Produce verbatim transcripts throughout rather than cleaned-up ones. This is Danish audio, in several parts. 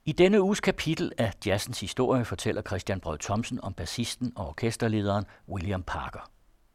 I denne uges kapitel af Jazzens historie fortæller Christian Brød Thomsen om bassisten og orkesterlederen William Parker.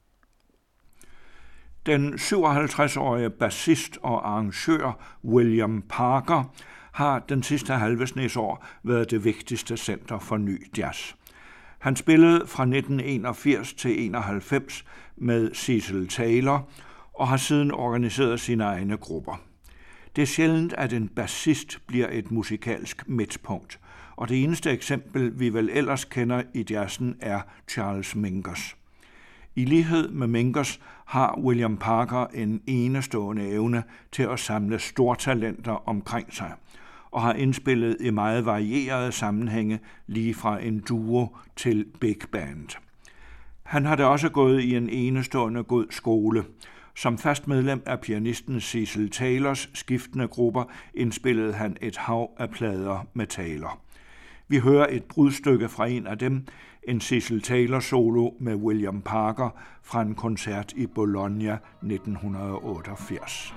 Den syvoghalvtreds-årige bassist og arrangør William Parker har den sidste halve snes år været det vigtigste center for ny jazz. Han spillede fra nitten enogfirs til enoghalvfems med Cecil Taylor og har siden organiseret sine egne grupper. Det er sjældent, at en bassist bliver et musikalsk midtpunkt, og det eneste eksempel, vi vel ellers kender i jazzen, er Charles Mingus. I lighed med Mingus har William Parker en enestående evne til at samle stortalenter omkring sig, og har indspillet i meget varierede sammenhænge, lige fra en duo til big band. Han har da også gået i en enestående god skole. Som fast medlem af pianisten Cecil Taylors skiftende grupper indspillede han et hav af plader med Taylor. Vi hører et brudstykke fra en af dem, en Cecil Taylor solo med William Parker fra en koncert i Bologna nitten otteogfirs.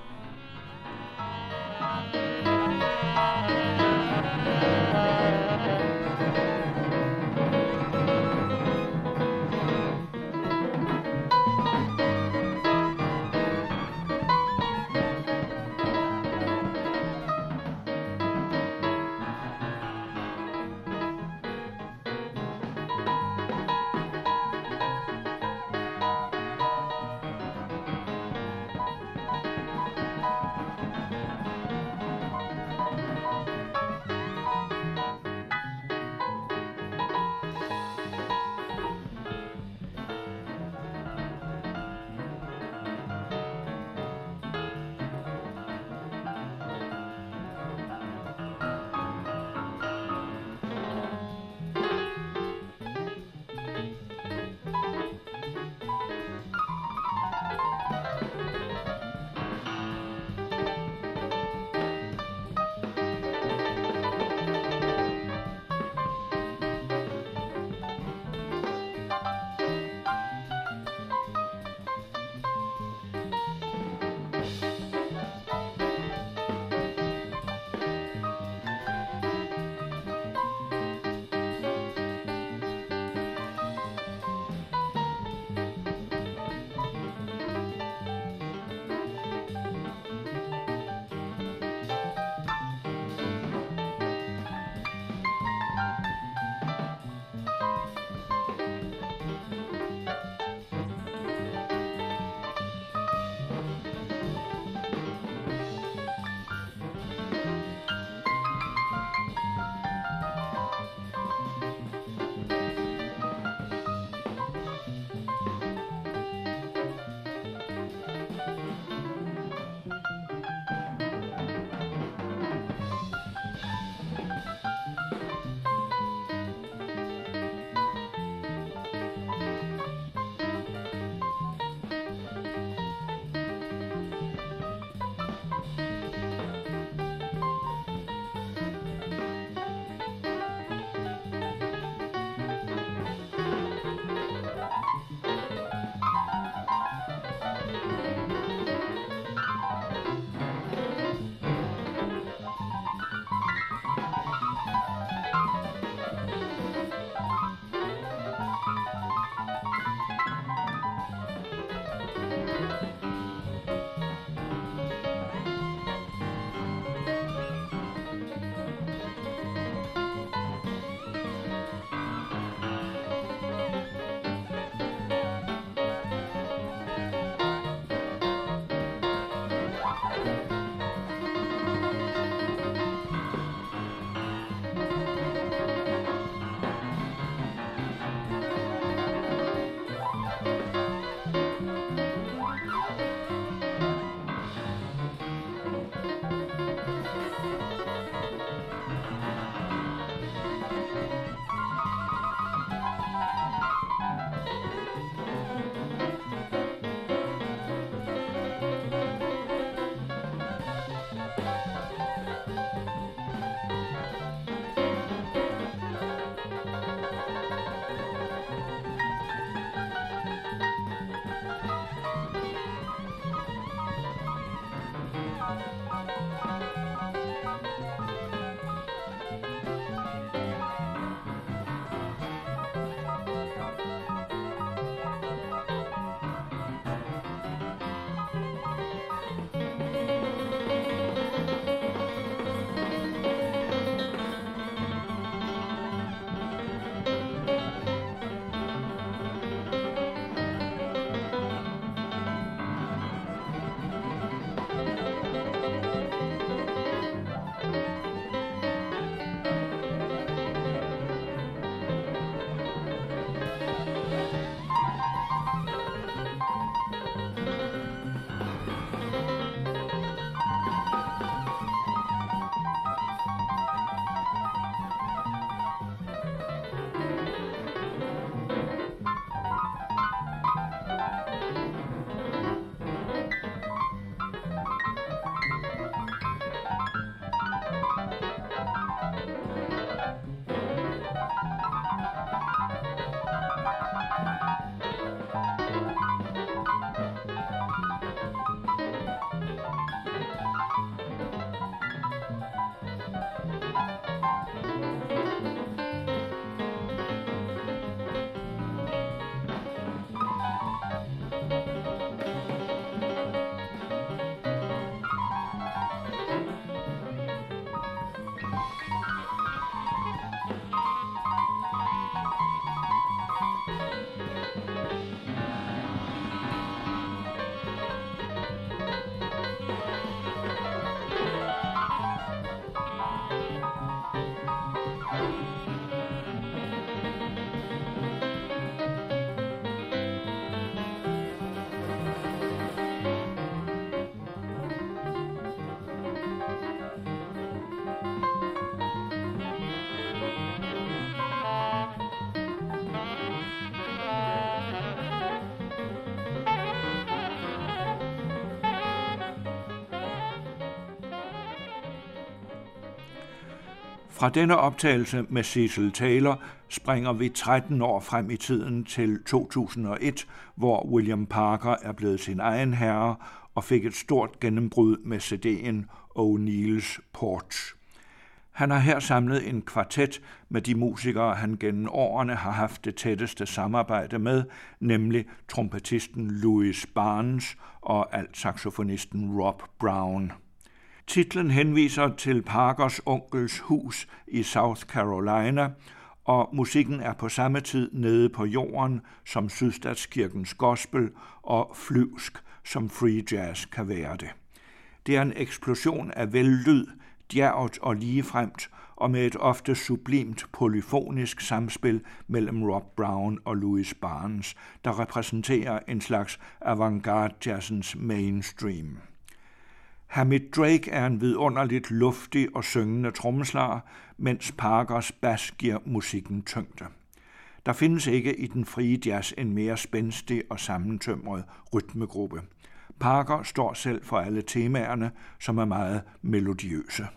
Fra denne optagelse med Cecil Taylor springer vi tretten år frem i tiden til to tusind og et, hvor William Parker er blevet sin egen herre og fik et stort gennembrud med C D'en O'Neill's Porch. Han har her samlet en kvartet med de musikere, han gennem årene har haft det tætteste samarbejde med, nemlig trompetisten Louis Barnes og altsaxofonisten Rob Brown. Titlen henviser til Parkers onkels hus i South Carolina, og musikken er på samme tid nede på jorden som Sydstatskirkens gospel og flyvsk som free jazz kan være det. Det er en eksplosion af vellyd, djærvt og ligefremt, og med et ofte sublimt polyfonisk samspil mellem Rob Brown og Louis Barnes, der repræsenterer en slags avantgarde-jazzens mainstream. Hamid Drake er en vidunderligt luftig og syngende trommeslager, mens Parkers bas giver musikken tyngde. Der findes ikke i den frie jazz en mere spændstig og sammentømret rytmegruppe. Parker står selv for alle temaerne, som er meget melodiøse.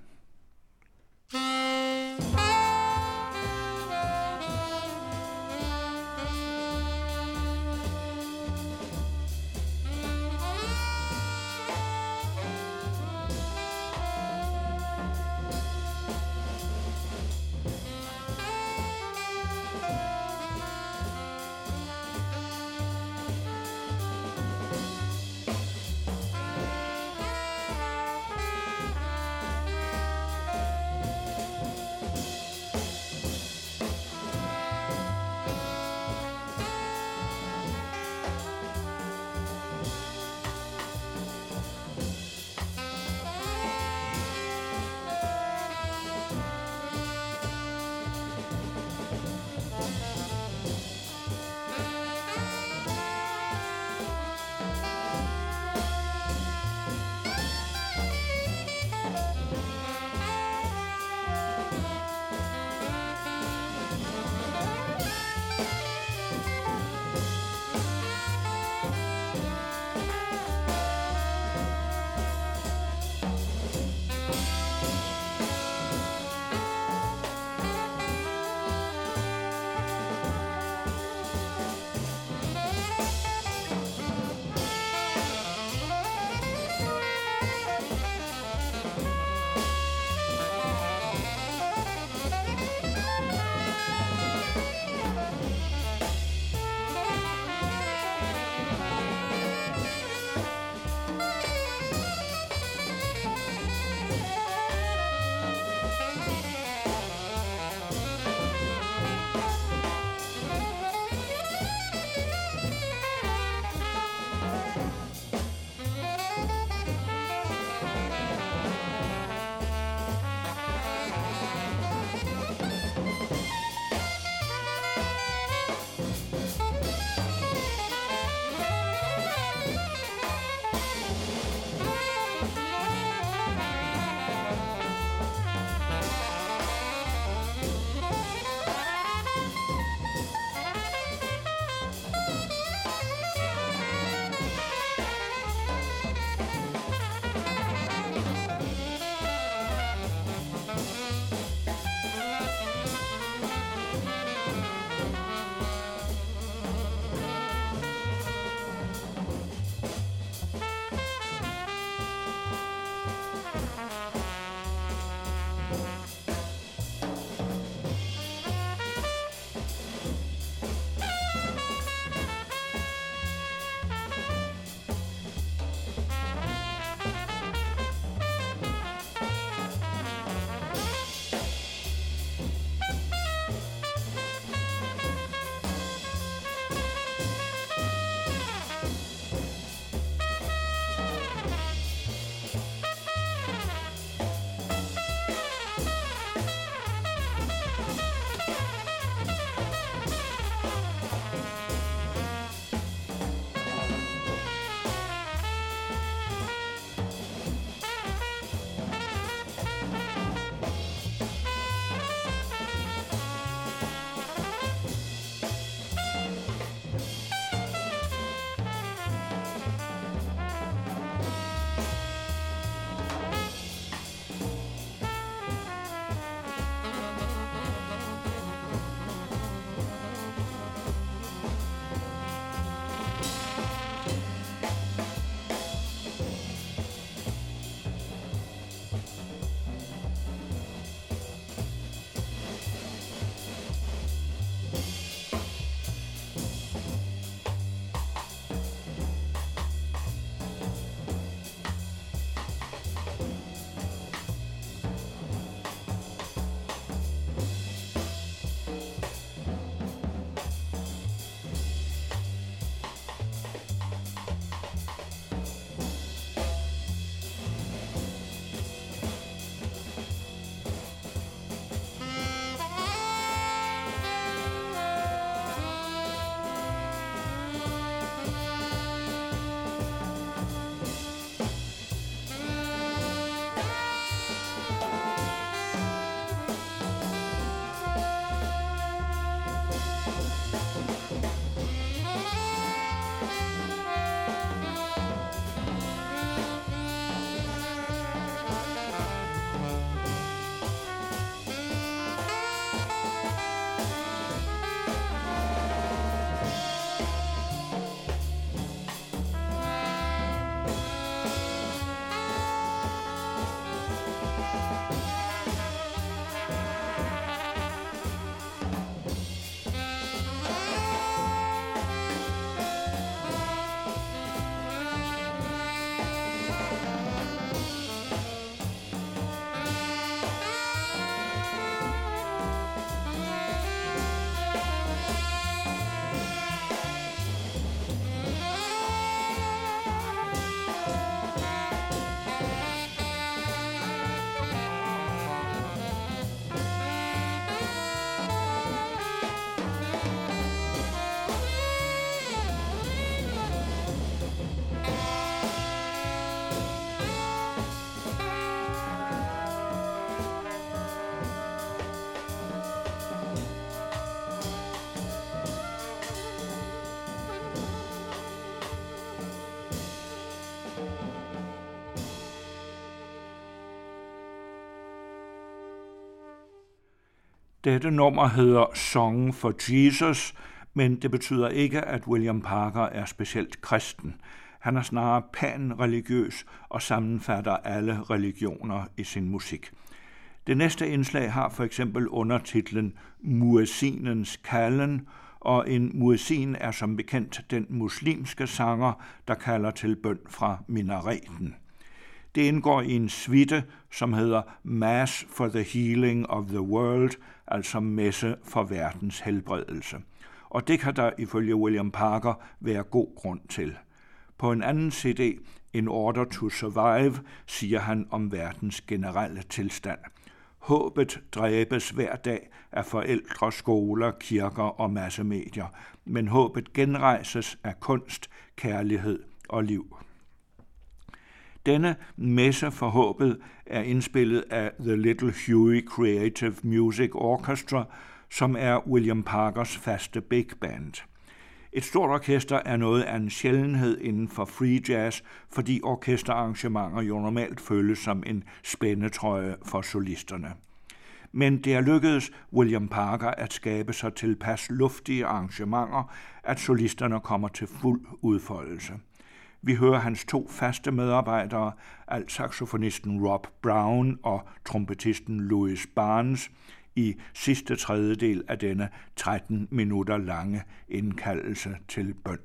Dette nummer hedder Song for Jesus, men det betyder ikke, at William Parker er specielt kristen. Han er snarere pan-religiøs og sammenfatter alle religioner i sin musik. Det næste indslag har for eksempel undertitlen Muezzinens kalden, og en muezzin er som bekendt den muslimske sanger, der kalder til bøn fra minareten. Det indgår i en suite, som hedder Mass for the Healing of the World, altså messe for verdens helbredelse. Og det kan der ifølge William Parker være god grund til. På en anden C D, In Order to Survive, siger han om verdens generelle tilstand. Håbet dræbes hver dag af forældre, skoler, kirker og massemedier, men håbet genrejses af kunst, kærlighed og liv. Denne messe for håbet er indspillet af The Little Huey Creative Music Orchestra, som er William Parkers faste big band. Et stort orkester er noget af en sjældenhed inden for free jazz, fordi orkesterarrangementer jo normalt føles som en spændetrøje for solisterne. Men det er lykkedes William Parker at skabe sig tilpas luftige arrangementer, at solisterne kommer til fuld udfoldelse. Vi hører hans to faste medarbejdere, altsaxofonisten Rob Brown og trompetisten Louis Barnes, i sidste tredjedel af denne tretten minutter lange indkaldelse til bøn.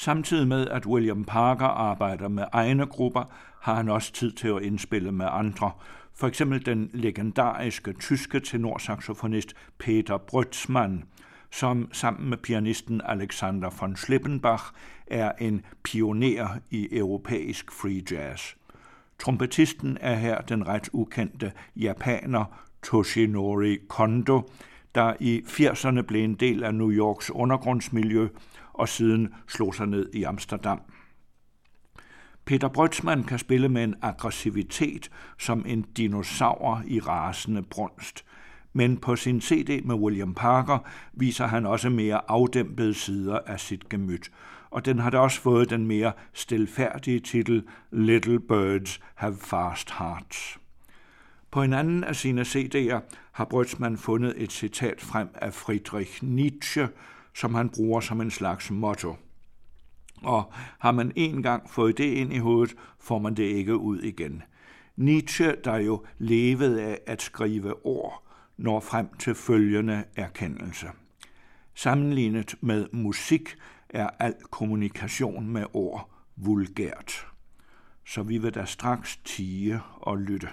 Samtidig med, at William Parker arbejder med egne grupper, har han også tid til at indspille med andre. For eksempel den legendariske tyske tenorsaxofonist Peter Brötzmann, som sammen med pianisten Alexander von Schlippenbach er en pioner i europæisk free jazz. Trompetisten er her den ret ukendte japaner Toshinori Kondo, der i firserne blev en del af New Yorks undergrundsmiljø og siden slog sig ned i Amsterdam. Peter Brötzmann kan spille med en aggressivitet som en dinosaur i rasende brunst, men på sin C D med William Parker viser han også mere afdæmpede sider af sit gemyt, og den har da også fået den mere stilfærdige titel Little Birds Have Fast Hearts. På en anden af sine C D'er har Brötzmann fundet et citat frem af Friedrich Nietzsche, som han bruger som en slags motto. Og har man en gang fået det ind i hovedet, får man det ikke ud igen. Nietzsche, der jo levede af at skrive ord, når frem til følgende erkendelse. Sammenlignet med musik er al kommunikation med ord vulgært. Så vi vil da straks tie og lytte.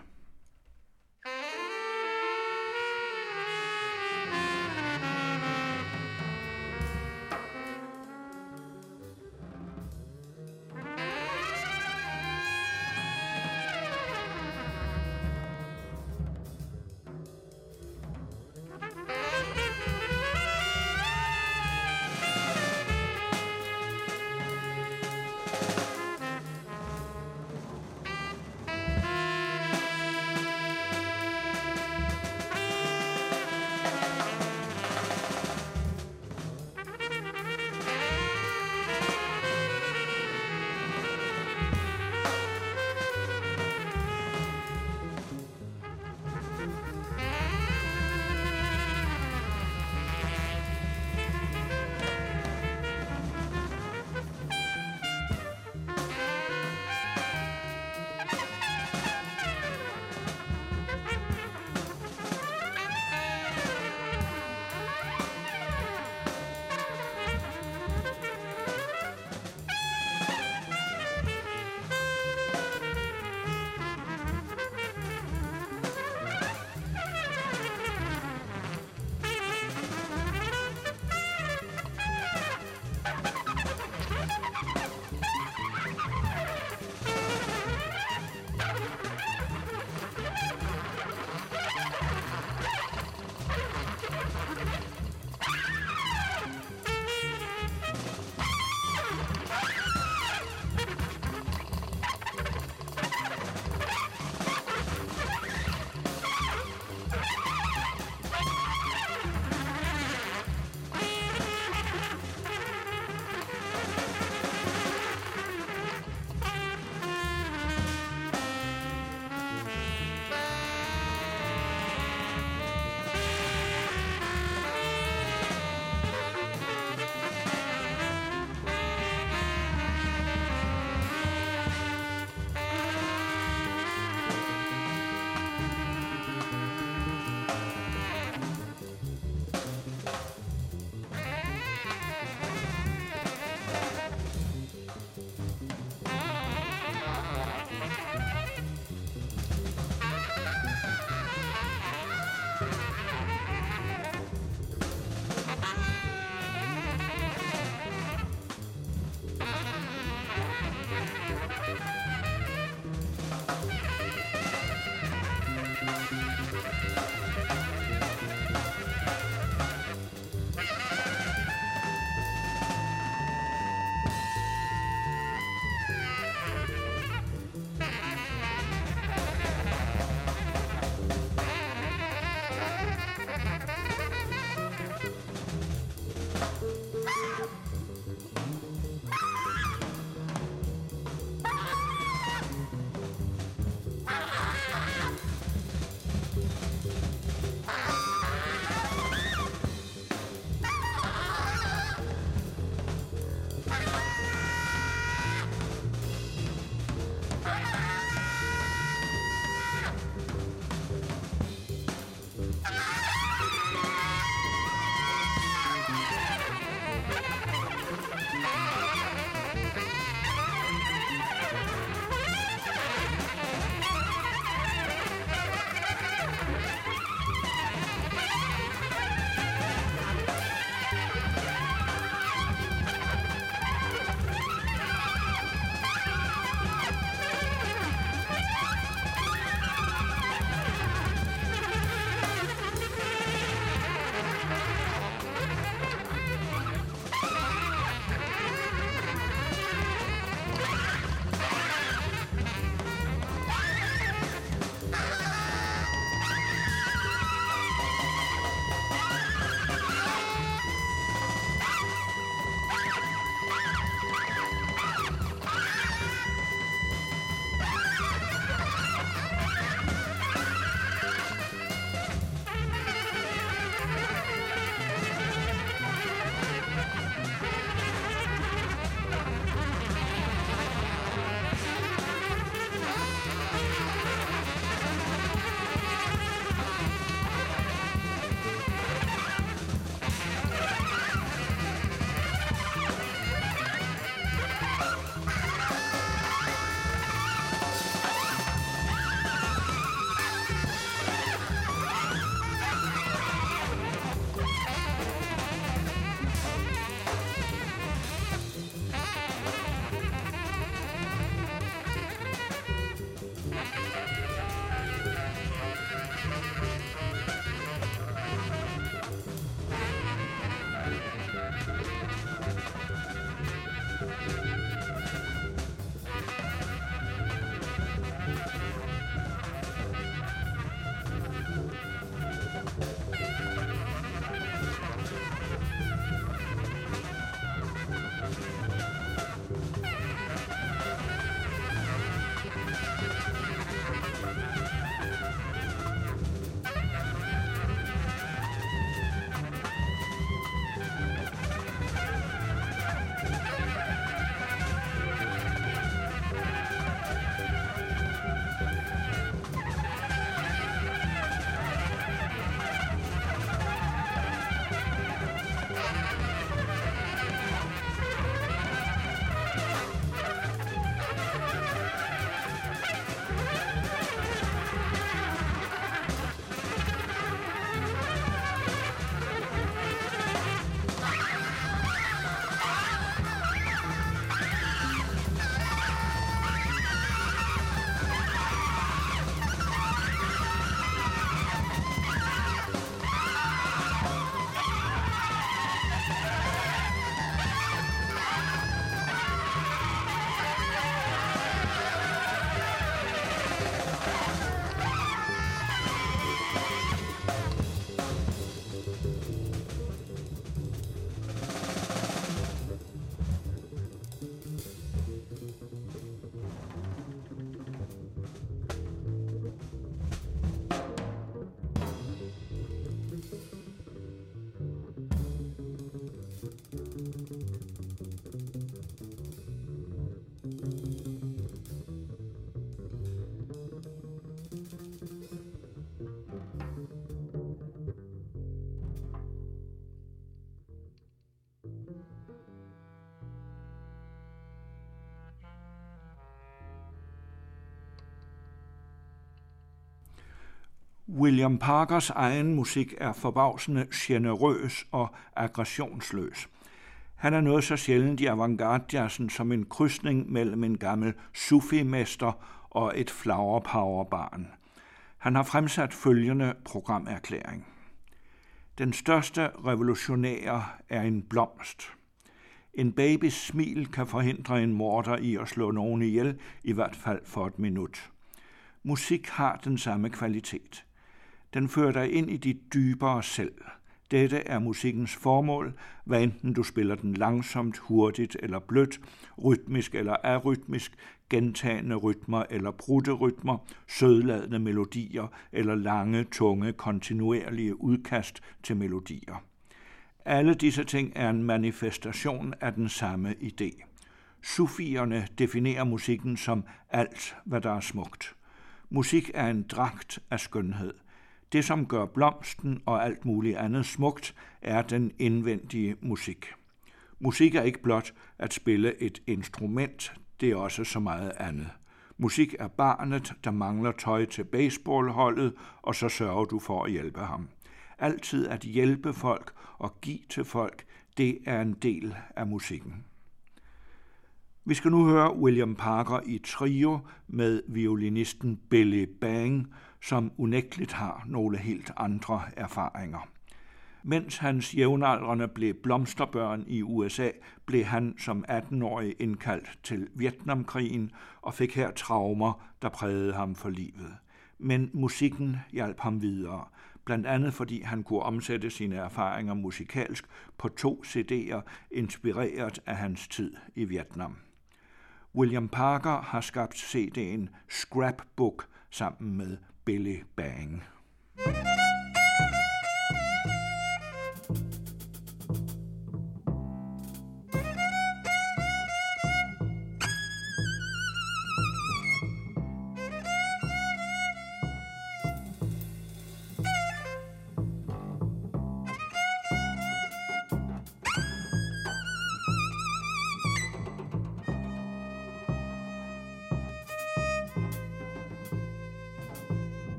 William Parkers egen musik er forbavsende generøs og aggressionsløs. Han er noget så sjældent i avantgarde-jazzen som en krydsning mellem en gammel sufi-mester og et flower power-barn. Han har fremsat følgende programerklæring. Den største revolutionære er en blomst. En babys smil kan forhindre en morder i at slå nogen ihjel, i hvert fald for et minut. Musik har den samme kvalitet. Den fører dig ind i dit dybere selv. Dette er musikkens formål, hvad enten du spiller den langsomt, hurtigt eller blødt, rytmisk eller arytmisk, gentagende rytmer eller brudte rytmer, sødladende melodier eller lange, tunge, kontinuerlige udkast til melodier. Alle disse ting er en manifestation af den samme idé. Sufierne definerer musikken som alt, hvad der er smukt. Musik er en dragt af skønhed. Det, som gør blomsten og alt muligt andet smukt, er den indvendige musik. Musik er ikke blot at spille et instrument, det er også så meget andet. Musik er barnet, der mangler tøj til baseballholdet, og så sørger du for at hjælpe ham. Altid at hjælpe folk og give til folk, det er en del af musikken. Vi skal nu høre William Parker i trio med violinisten Billy Bang, som unægteligt har nogle helt andre erfaringer. Mens hans jævnaldrende blev blomsterbørn i U S A, blev han som atten-årig indkaldt til Vietnamkrigen og fik her traumer, der prægede ham for livet. Men musikken hjalp ham videre, blandt andet fordi han kunne omsætte sine erfaringer musikalsk på to C D'er, inspireret af hans tid i Vietnam. William Parker har skabt C D'en Scrapbook sammen med Billy Bang.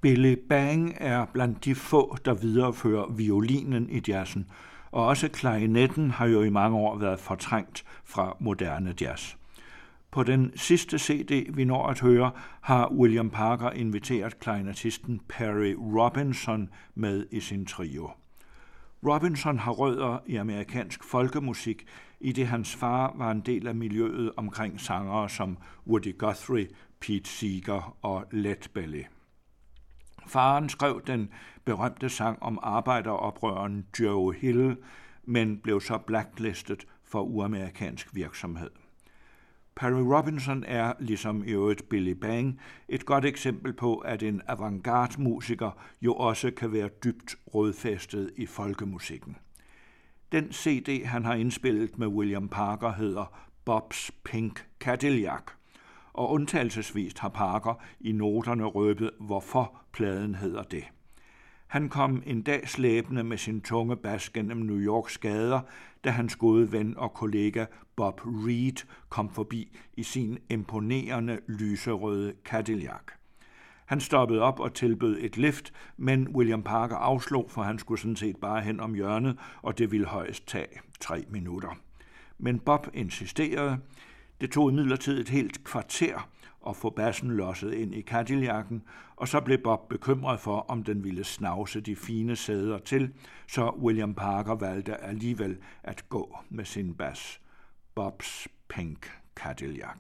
Billy Bang er blandt de få, der viderefører violinen i jazzen, og også klarinetten har jo i mange år været fortrængt fra moderne jazz. På den sidste C D, vi når at høre, har William Parker inviteret klarinettisten Perry Robinson med i sin trio. Robinson har rødder i amerikansk folkemusik, i det hans far var en del af miljøet omkring sangere som Woody Guthrie, Pete Seeger og Lead Belly. Faren skrev den berømte sang om arbejderoprøreren Joe Hill, men blev så blacklistet for uamerikansk virksomhed. Perry Robinson er, ligesom i øvrigt Billy Bang, et godt eksempel på, at en avantgarde-musiker jo også kan være dybt rodfæstet i folkemusikken. Den C D, han har indspillet med William Parker, hedder Bob's Pink Cadillac, og undtagelsesvist har Parker i noterne røbet, hvorfor pladen hedder det. Han kom en dag slæbende med sin tunge bas gennem New Yorks gader, da hans gode ven og kollega Bob Reed kom forbi i sin imponerende lyserøde Cadillac. Han stoppede op og tilbød et lift, men William Parker afslog, for han skulle sådan set bare hen om hjørnet, og det ville højst tage tre minutter. Men Bob insisterede. Det tog imidlertid et helt kvarter at få bassen losset ind i Cadillacen, og så blev Bob bekymret for, om den ville snavse de fine sæder til, så William Parker valgte alligevel at gå med sin bas. Bob's Pink Cadillac.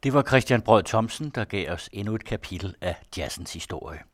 Det var Christian Braad Thomsen, der gav os endnu et kapitel af jazzens historie.